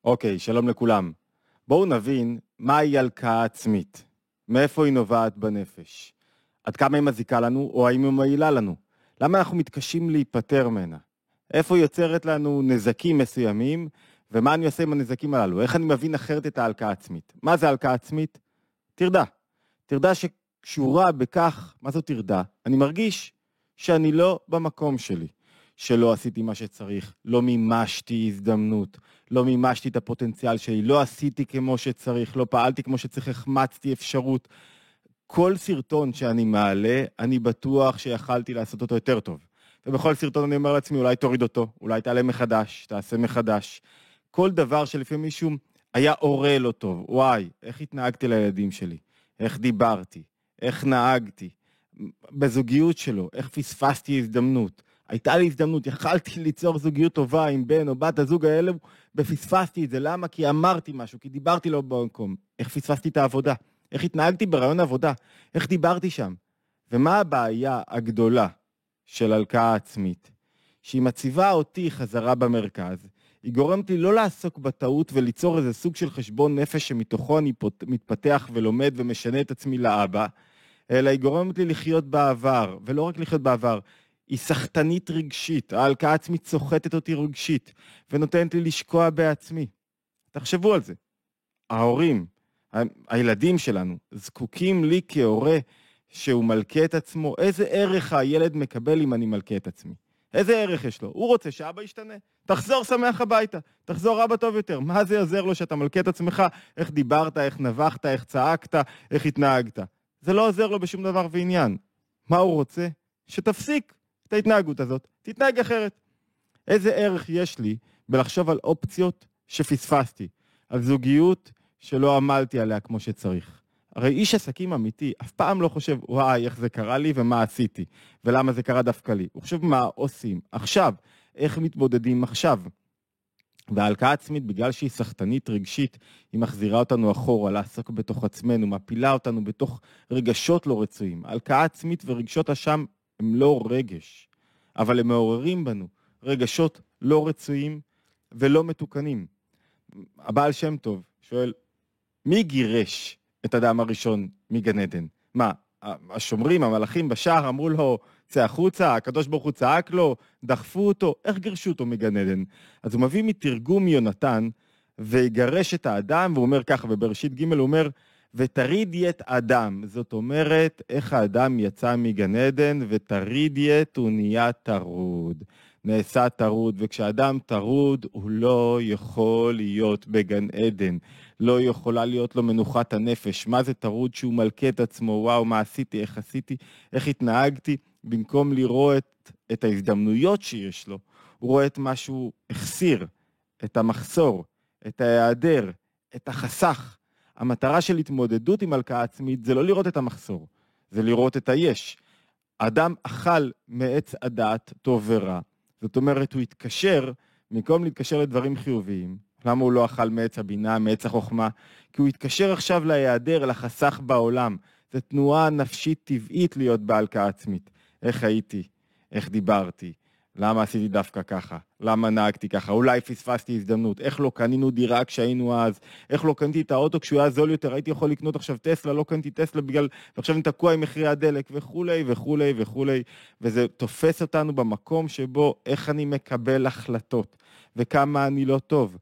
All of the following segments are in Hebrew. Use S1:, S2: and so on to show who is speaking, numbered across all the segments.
S1: אוקיי, שלום לכולם. בואו נבין מהי הלקאה עצמית. מאיפה היא נובעת בנפש? עד כמה היא מזיקה לנו או האם היא מועילה לנו? למה אנחנו מתקשים להיפטר ממנה? איפה היא יוצרת לנו נזקים מסוימים ומה אני עושה עם הנזקים הללו? איך אני מבין אחרת את ההלקאה עצמית? מה זה הלקאה עצמית? טרדה. טרדה שקשורה בכך, מה זו טרדה? אני מרגיש שאני לא במקום שלי. שלא עשיתי מה שצריך, לא מימשתי הזדמנות, לא מימשתי את הפוטנציאל שלי, לא עשיתי כמו שצריך, לא פעלתי כמו שצריך, החמצתי אפשרות. כל סרטון שאני מעלה, אני בטוח שיכלתי לעשות אותו יותר טוב. ובכל סרטון אני אומר לעצמי, אולי תוריד אותו, אולי תעלה מחדש, תעשה מחדש. כל דבר שלפעמים מישהו היה אורל לא טוב, וואי, איך התנהגתי לילדים שלי, איך דיברתי, איך נהגתי, בזוגיות שלו, איך פספסתי הזדמנות. הייתה לי הזדמנות, יכלתי ליצור זוגיות טובה עם בן או בת הזוג האלה, ופספסתי את זה. למה? כי אמרתי משהו, כי דיברתי לא במקום. איך פספסתי את העבודה? איך התנהגתי ברעיון עבודה? איך דיברתי שם? ומה הבעיה הגדולה של הלקאה עצמית? שהיא מציבה אותי חזרה במרכז, היא גורמת לי לא לעסוק בטעות וליצור איזה סוג של חשבון נפש שמתוכו אני מתפתח ולומד ומשנה את עצמי לאבא, אלא היא גורמת לי לחיות בעבר, ולא רק לחיות בעבר, היא סחטנית רגשית, ההלקאה העצמית סוחטת אותי רגשית, ונותנת לי לשקוע בעצמי. תחשבו על זה. ההורים, הילדים שלנו, זקוקים לי כהורה שהוא מלכה את עצמו. איזה ערך הילד מקבל אם אני מלכה את עצמי? איזה ערך יש לו? הוא רוצה שאבא ישתנה. תחזור שמח הביתה, תחזור אבא טוב יותר. מה זה יעזר לו שאתה מלכה את עצמך? איך דיברת, איך נבחת, איך צעקת, איך התנהגת? זה לא עוזר לו בשום דבר ועניין. מה הוא רוצה? שתפסיק את ההתנהגות הזאת, תתנהג אחרת. איזה ערך יש לי בלחשוב על אופציות שפספסתי, על זוגיות שלא עמלתי עליה כמו שצריך. הרי איש עסקים אמיתי אף פעם לא חושב, וואי, איך זה קרה לי ומה עשיתי, ולמה זה קרה דווקא לי. הוא חושב מה עושים עכשיו, איך מתמודדים עכשיו. וההלקאה עצמית, בגלל שהיא סחטנית רגשית, היא מחזירה אותנו אחורה, לעסוק בתוך עצמנו, מפילה אותנו בתוך רגשות לא רצויים. ההלקאה עצמית ורגשות אשם הם לא רגש, אבל הם מעוררים בנו רגשות לא רצויים ולא מתוקנים. הבעל שם טוב שואל, מי גירש את האדם הראשון מגן עדן? מה, השומרים, המלאכים בשער אמרו לו, צא החוצה, הקדוש ברוך הוא צעק לו, דחפו אותו, איך גירשו אותו מגן עדן? אז הוא מביא מתרגום יונתן, ויגרש את האדם, והוא אומר ככה, ובראשית ג' הוא אומר, ותרידי את אדם, זאת אומרת, איך האדם יצא מגן עדן, ותרידי את הוא נהיה טרוד. נעשה טרוד, וכשאדם טרוד, הוא לא יכול להיות בגן עדן. לא יכולה להיות לו מנוחת הנפש. מה זה טרוד שהוא מלכה את עצמו? וואו, מה עשיתי, איך עשיתי, איך התנהגתי? במקום לראות את ההזדמנויות שיש לו, הוא רואה את מה שהוא החסיר, את המחסור, את ההיעדר, את החסך. המטרה של התמודדות עם הלקאה עצמית זה לא לראות את המחסור, זה לראות את היש. האדם אכל מעץ הדעת טוב ורע. זאת אומרת, הוא התקשר, במקום להתקשר לדברים חיוביים. למה הוא לא אכל מעץ הבינה, מעץ החוכמה? כי הוא התקשר עכשיו להיעדר, לחסך בעולם. זו תנועה נפשית טבעית להיות בהלקאה עצמית. איך הייתי? איך דיברתי? למה עשיתי דווקא ככה? למה נהגתי ככה? אולי פספסתי הזדמנות. איך לא קנינו דירה כשהיינו אז? איך לא קניתי את האוטו כשהוא היה זול יותר? הייתי יכול לקנות עכשיו טסלה, לא קניתי טסלה בגלל, ועכשיו אני תקוע עם מחירי הדלק וכולי וכולי וכולי. וזה תופס אותנו במקום שבו איך אני מקבל החלטות וכמה אני לא טוב.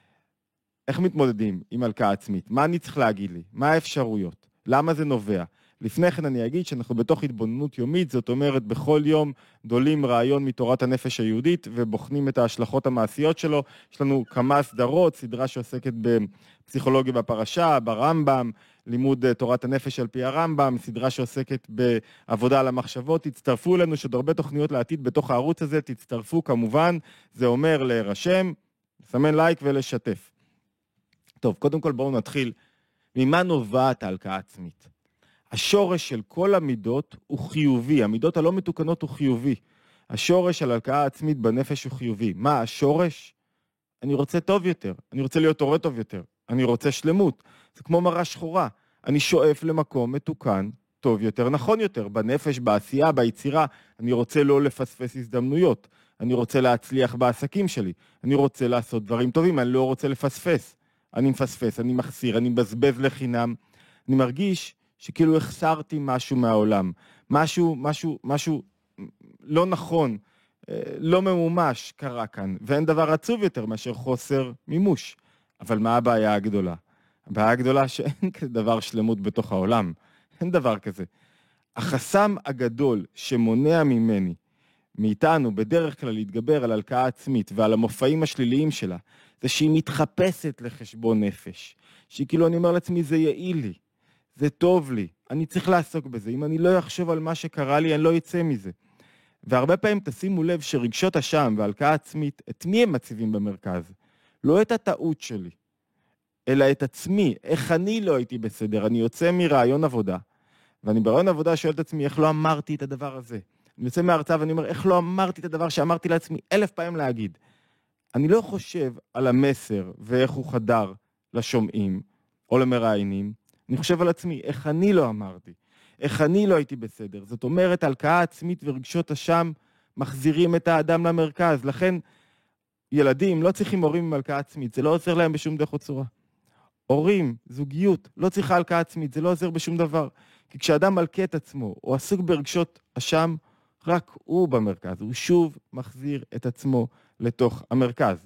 S1: איך מתמודדים עם הלקאה עצמית? מה אני צריך להגיד לי? מה האפשרויות? למה זה נובע? לפני כן אני אגיד שאנחנו בתוך התבוננות יומית, זאת אומרת בכל יום דולים רעיון מתורת הנפש היהודית ובוחנים את ההשלכות המעשיות שלו. יש לנו כמה סדרות, סדרה שעוסקת בפסיכולוגיה בפרשה, ברמב"ם, לימוד תורת הנפש על פי הרמב"ם, סדרה שעוסקת בעבודה על המחשבות. תצטרפו אלינו, יש עוד הרבה תוכניות לעתיד בתוך הערוץ הזה, תצטרפו כמובן, זה אומר להירשם, לסמן לייק ולשתף. טוב, קודם כל בואו נתחיל. ממה נובעת ההלקאה עצמית? השורש של כל המידות הוא חיובי, המידות הלא מתוקנות הוא חיובי. השורש של הלקאה עצמית בנפש הוא חיובי. מה השורש? אני רוצה טוב יותר, אני רוצה להיות הורה טוב יותר, אני רוצה שלמות. זה כמו מראה שחורה. אני שואף למקום מתוקן, טוב יותר, נכון יותר, בנפש, בעשייה, ביצירה. אני רוצה לא לפספס הזדמנויות. אני רוצה להצליח בעסקים שלי, אני רוצה לעשות דברים טובים, אני לא רוצה לפספס. אני מפספס, אני מחסיר, אני מבזבז לחינם. אני מרגיש שכאילו החסרתי משהו מהעולם. משהו לא נכון, לא ממומש קרה כאן. ואין דבר עצוב יותר מאשר חוסר מימוש. אבל מה הבעיה הגדולה? הבעיה הגדולה שאין כזה דבר שלמות בתוך העולם. אין דבר כזה. החסם הגדול שמונע ממני, מאיתנו בדרך כלל להתגבר על הלקאה עצמית ועל המופעים השליליים שלה, זה שהיא מתחפשת לחשבון נפש. שהיא כאילו אני אומר לעצמי, זה יעיל לי, זה טוב לי, אני צריך לעסוק בזה. אם אני לא אחשוב על מה שקרה לי, אני לא יצא מזה. והרבה פעמים תשימו לב שרגשות אשם והלקאה עצמית, את מי הם מציבים במרכז? לא את הטעות שלי, אלא את עצמי. איך אני לא הייתי בסדר? אני יוצא מרעיון עבודה, ואני ברעיון עבודה שואל את עצמי, איך לא אמרתי את הדבר הזה? אני יוצא מההרצאה ואני אומר, איך לא אמרתי את הדבר שאמרתי לעצמי 1000 פעמים להגיד? אני לא חושב על המסר ואיך הוא חדר לשומעים או למראיינים. אני חושב על עצמי, איך אני לא אמרתי? איך אני לא הייתי בסדר? זאת אומרת, הלקאה עצמית ורגשות אשם מחזירים את האדם למרכז. לכן, ילדים לא צריכים הורים עם הלקאה עצמית, זה לא עוזר להם בשום דרך או צורה. הורים, זוגיות, לא צריכה הלקאה עצמית, זה לא עוזר בשום דבר. כי כשאדם מלכה את עצמו, או עסוק ברגשות אשם, רק הוא במרכז, הוא שוב מחזיר את עצמו לתוך המרכז.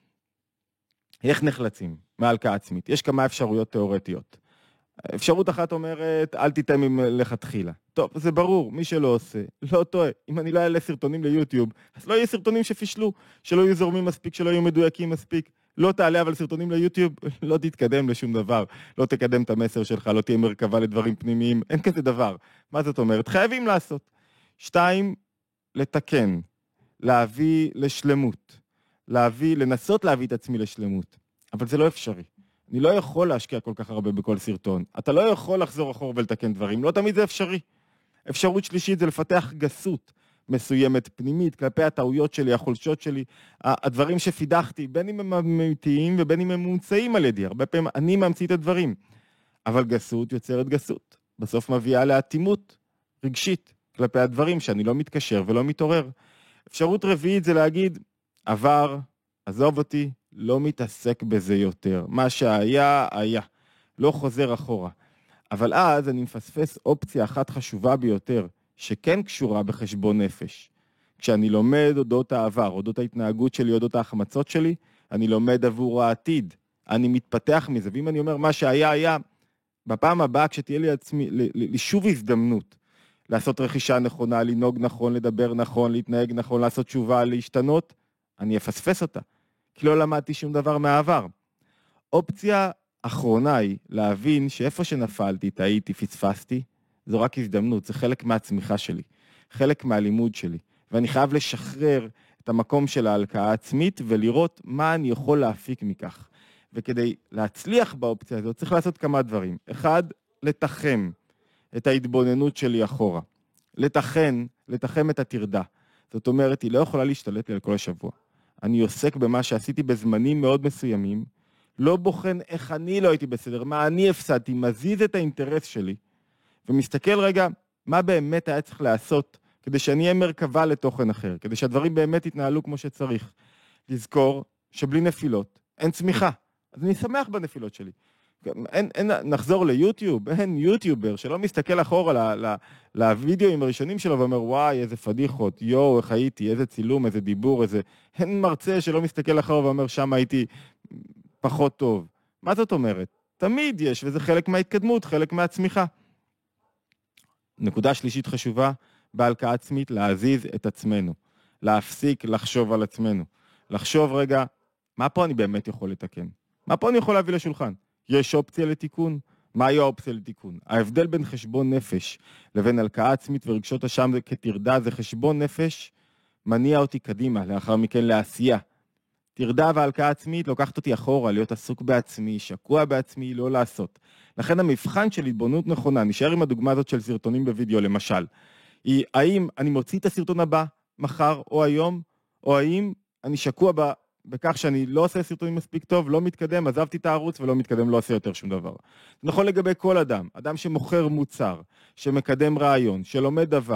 S1: איך נחלצים מהלקאה עצמית? יש כמה אפשרויות תיאורטיות. אפשרות אחת אומרת, אל תיתן לכתחילה. טוב, זה ברור, מי שלא עושה, לא טועה. אם אני לא אעלה סרטונים ליוטיוב, אז לא יהיו סרטונים שפישלו, שלא יהיו זורמים מספיק, שלא יהיו מדויקים מספיק. לא תעלה אבל סרטונים ליוטיוב, לא תתקדם לשום דבר. לא תקדם את המסר שלך, לא תהיה מרכבה לדברים פנימיים, אין כזה דבר. מה זאת אומרת? חייבים לעשות. 2, לתקן, להביא לשלמות, לנסות להביא את עצמי לשלמות. אבל זה לא אפשרי. אני לא יכול להשקיע כל כך הרבה בכל סרטון. אתה לא יכול לחזור אחור ולתקן דברים. לא תמיד זה אפשרי. אפשרות שלישית זה לפתח גסות מסוימת פנימית, כלפי הטעויות שלי, החולשות שלי, הדברים שפידחתי, בין אם הם אמיתיים ובין אם הם מומצאים על ידי. הרבה פעמים אני ממציא את הדברים. אבל גסות יוצרת גסות. בסוף מביאה לאטימות רגשית כלפי הדברים שאני לא מתקשר ולא מתעורר. אפשרות רביעית זה להגיד, עבר, עזוב אותי, לא מתעסק בזה יותר. מה שהיה, היה. לא חוזר אחורה. אבל אז אני מפספס אופציה אחת חשובה ביותר, שכן קשורה בחשבון נפש. כשאני לומד אודות העבר, אודות ההתנהגות שלי, אודות ההחמצות שלי, אני לומד עבור העתיד. אני מתפתח מזה. ואם אני אומר מה שהיה, היה, בפעם הבאה כשתהיה לי שוב הזדמנות, לעשות רכישה נכונה, לנהוג נכון, לדבר נכון, להתנהג נכון, לעשות תשובה, להשתנות, אני אפספס אותה. כי לא למדתי שום דבר מהעבר. אופציה אחרונה היא להבין שאיפה שנפלתי, טעיתי, פספסתי, זו רק הזדמנות, זה חלק מהצמיחה שלי, חלק מהלימוד שלי, ואני חייב לשחרר את המקום של ההלקאה העצמית ולראות מה אני יכול להפיק מכך. וכדי להצליח באופציה הזאת צריך לעשות כמה דברים. 1, לתחם את ההתבוננות שלי אחורה. לתחם את התרדה. זאת אומרת, היא לא יכולה להשתלט לי על כל השבוע. אני עוסק במה שעשיתי בזמנים מאוד מסוימים, לא בוחן איך אני לא הייתי בסדר, מה אני הפסדתי, מזיז את האינטרס שלי, ומסתכל רגע מה באמת היה צריך לעשות, כדי שאני אהיה מרכבה לתוכן אחר, כדי שהדברים באמת יתנהלו כמו שצריך. לזכור שבלי נפילות אין צמיחה, אז אני שמח בנפילות שלי. נחזור ליוטיוב, אין יוטיובר שלא מסתכל אחורה לוידאוים הראשונים שלו ואומר, וואי, איזה פדיחות, יו, איך הייתי, איזה צילום, איזה דיבור, אין מרצה שלא מסתכל אחורה ואומר, שם הייתי פחות טוב. מה זאת אומרת? תמיד יש, וזה חלק מההתקדמות, חלק מהצמיחה. נקודה שלישית חשובה, בהלקאה עצמית, להזיז את עצמנו, להפסיק לחשוב על עצמנו, לחשוב רגע, מה פה אני באמת יכול לתקן? מה פה אני יכול להביא לשולחן? יש אופציה לתיקון? מהי האופציה לתיקון? ההבדל בין חשבון נפש לבין הלקאה עצמית ורגשות אשם כתרדה, זה חשבון נפש מניע אותי קדימה, לאחר מכן לעשייה. תרדה והלקאה עצמית לוקחת אותי אחורה, להיות עסוק בעצמי, שקוע בעצמי, לא לעשות. לכן המבחן של התבוננות נכונה, נשאר עם הדוגמה הזאת של סרטונים בווידאו למשל, היא האם אני מוציא את הסרטון הבא מחר או היום, או האם אני שקוע בכך שאני לא עושה סרטונים מספיק טוב, לא מתקדם, עזבתי את הערוץ ולא מתקדם, לא עושה יותר שום דבר. זה נכון לגבי כל אדם, אדם שמוכר מוצר, שמקדם רעיון, שלומד דבר,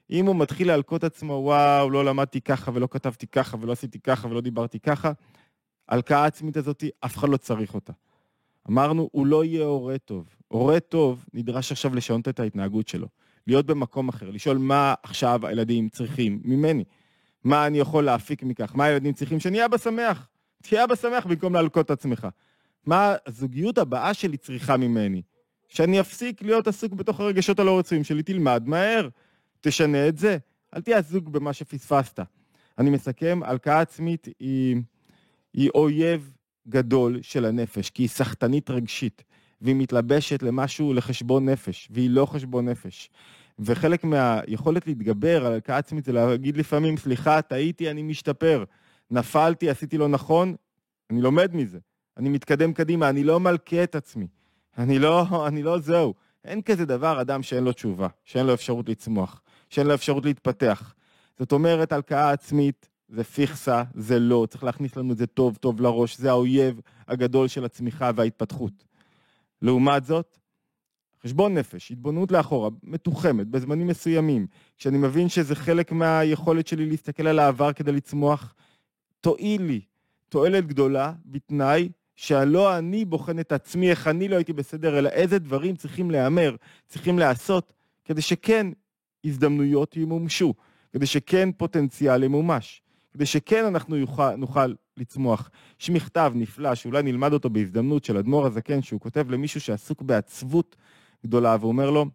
S1: אם הוא מתחיל להלקות עצמו, וואו, לא למדתי ככה ולא כתבתי ככה ולא עשיתי ככה ולא דיברתי ככה, ההלקאה העצמית הזאת, אף אחד לא צריך אותה. אמרנו, הוא לא יהיה הורה טוב. הורה טוב נדרש עכשיו לשנות את ההתנהגות שלו, להיות במקום אחר, לשאול מה עכשיו הילדים צריכים ממני, מה אני יכול להפיק מכך, מה הילדים צריכים, שאני אבא שמח, תהיה אבא שמח במקום להלקות עצמך. מה הזוגיות הבאה שלי צריכה ממני? שאני אפסיק להיות עסוק בתוך הרגשות הלא רצויים שלי, תלמד מהר, תשנה את זה, אל תהיה עסוק במה שפספסת. אני מסכם, הלקאה עצמית היא אויב גדול של הנפש, כי היא סחטנית רגשית, והיא מתלבשת למשהו לחשבון נפש, והיא לא חשבון נפש. וחלק מהיכולת להתגבר על הלקאה עצמית זה להגיד לפעמים, סליחה, טעיתי, אני משתפר, נפלתי, עשיתי לא נכון, אני לומד מזה, אני מתקדם קדימה, אני לא מלכה את עצמי, אני לא זהו. אין כזה דבר אדם שאין לו תשובה, שאין לו אפשרות לצמוח, שאין לו אפשרות להתפתח. זאת אומרת, הלקאה עצמית זה פיכסה, זה לא, צריך להכניס לנו את זה טוב טוב לראש, זה האויב הגדול של הצמיחה וההתפתחות. לעומת זאת, חשבון נפש, התבוננות לאחורה, מתוחמת, בזמנים מסוימים, כשאני מבין שזה חלק מהיכולת שלי להסתכל על העבר כדי לצמוח, תועיל לי, תועלת גדולה, בתנאי שלא אני בוחן את עצמי, איך אני לא הייתי בסדר, אלא איזה דברים צריכים להיאמר, צריכים לעשות, כדי שכן הזדמנויות ימומשו, כדי שכן פוטנציאל ימומש, כדי שכן אנחנו נוכל לצמוח. יש מכתב נפלא, שאולי נלמד אותו בהזדמנות של אדמו"ר הזקן, שהוא כותב למישהו שעסוק בעצבות גדולה, ואומר לו,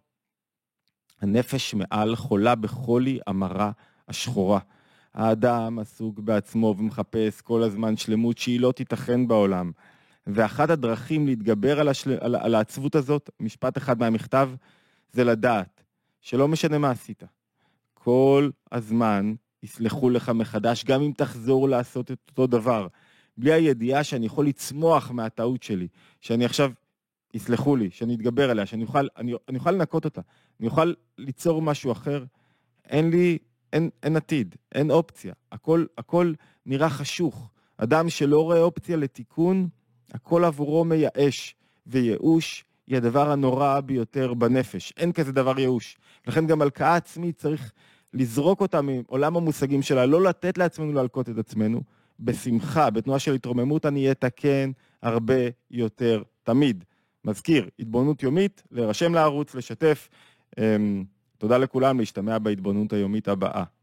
S1: הנפש מעל חולה בחולי המרה השחורה. האדם עסוק בעצמו ומחפש כל הזמן שלמות שהיא לא תיתכן בעולם. ואחת הדרכים להתגבר על העצבות הזאת, משפט אחד מהמכתב, זה לדעת שלא משנה מה עשית. כל הזמן יסלחו לך מחדש, גם אם תחזור לעשות את אותו דבר. בלי הידיעה שאני יכול לצמוח מהטעות שלי, שאני עכשיו יסלחו לי, שאני אתגבר עליה, שאני אוכל לנקות אותה, אני אוכל ליצור משהו אחר. אין עתיד, אין אופציה, הכל נראה חשוך. אדם שלא רואה אופציה לתיקון, הכל עבורו מייאש, וייאוש היא הדבר הנורא ביותר בנפש. אין כזה דבר ייאוש. לכן גם הלקאה עצמית צריך לזרוק אותה מעולם המושגים שלה, לא לתת לעצמנו להלקות את עצמנו, בשמחה, בתנועה של התרוממות אני אתקן הרבה יותר תמיד. מזכיר, התבוננות יומית, להירשם לערוץ, לשתף. תודה לכולם, להשתמע בהתבוננות היומית הבאה.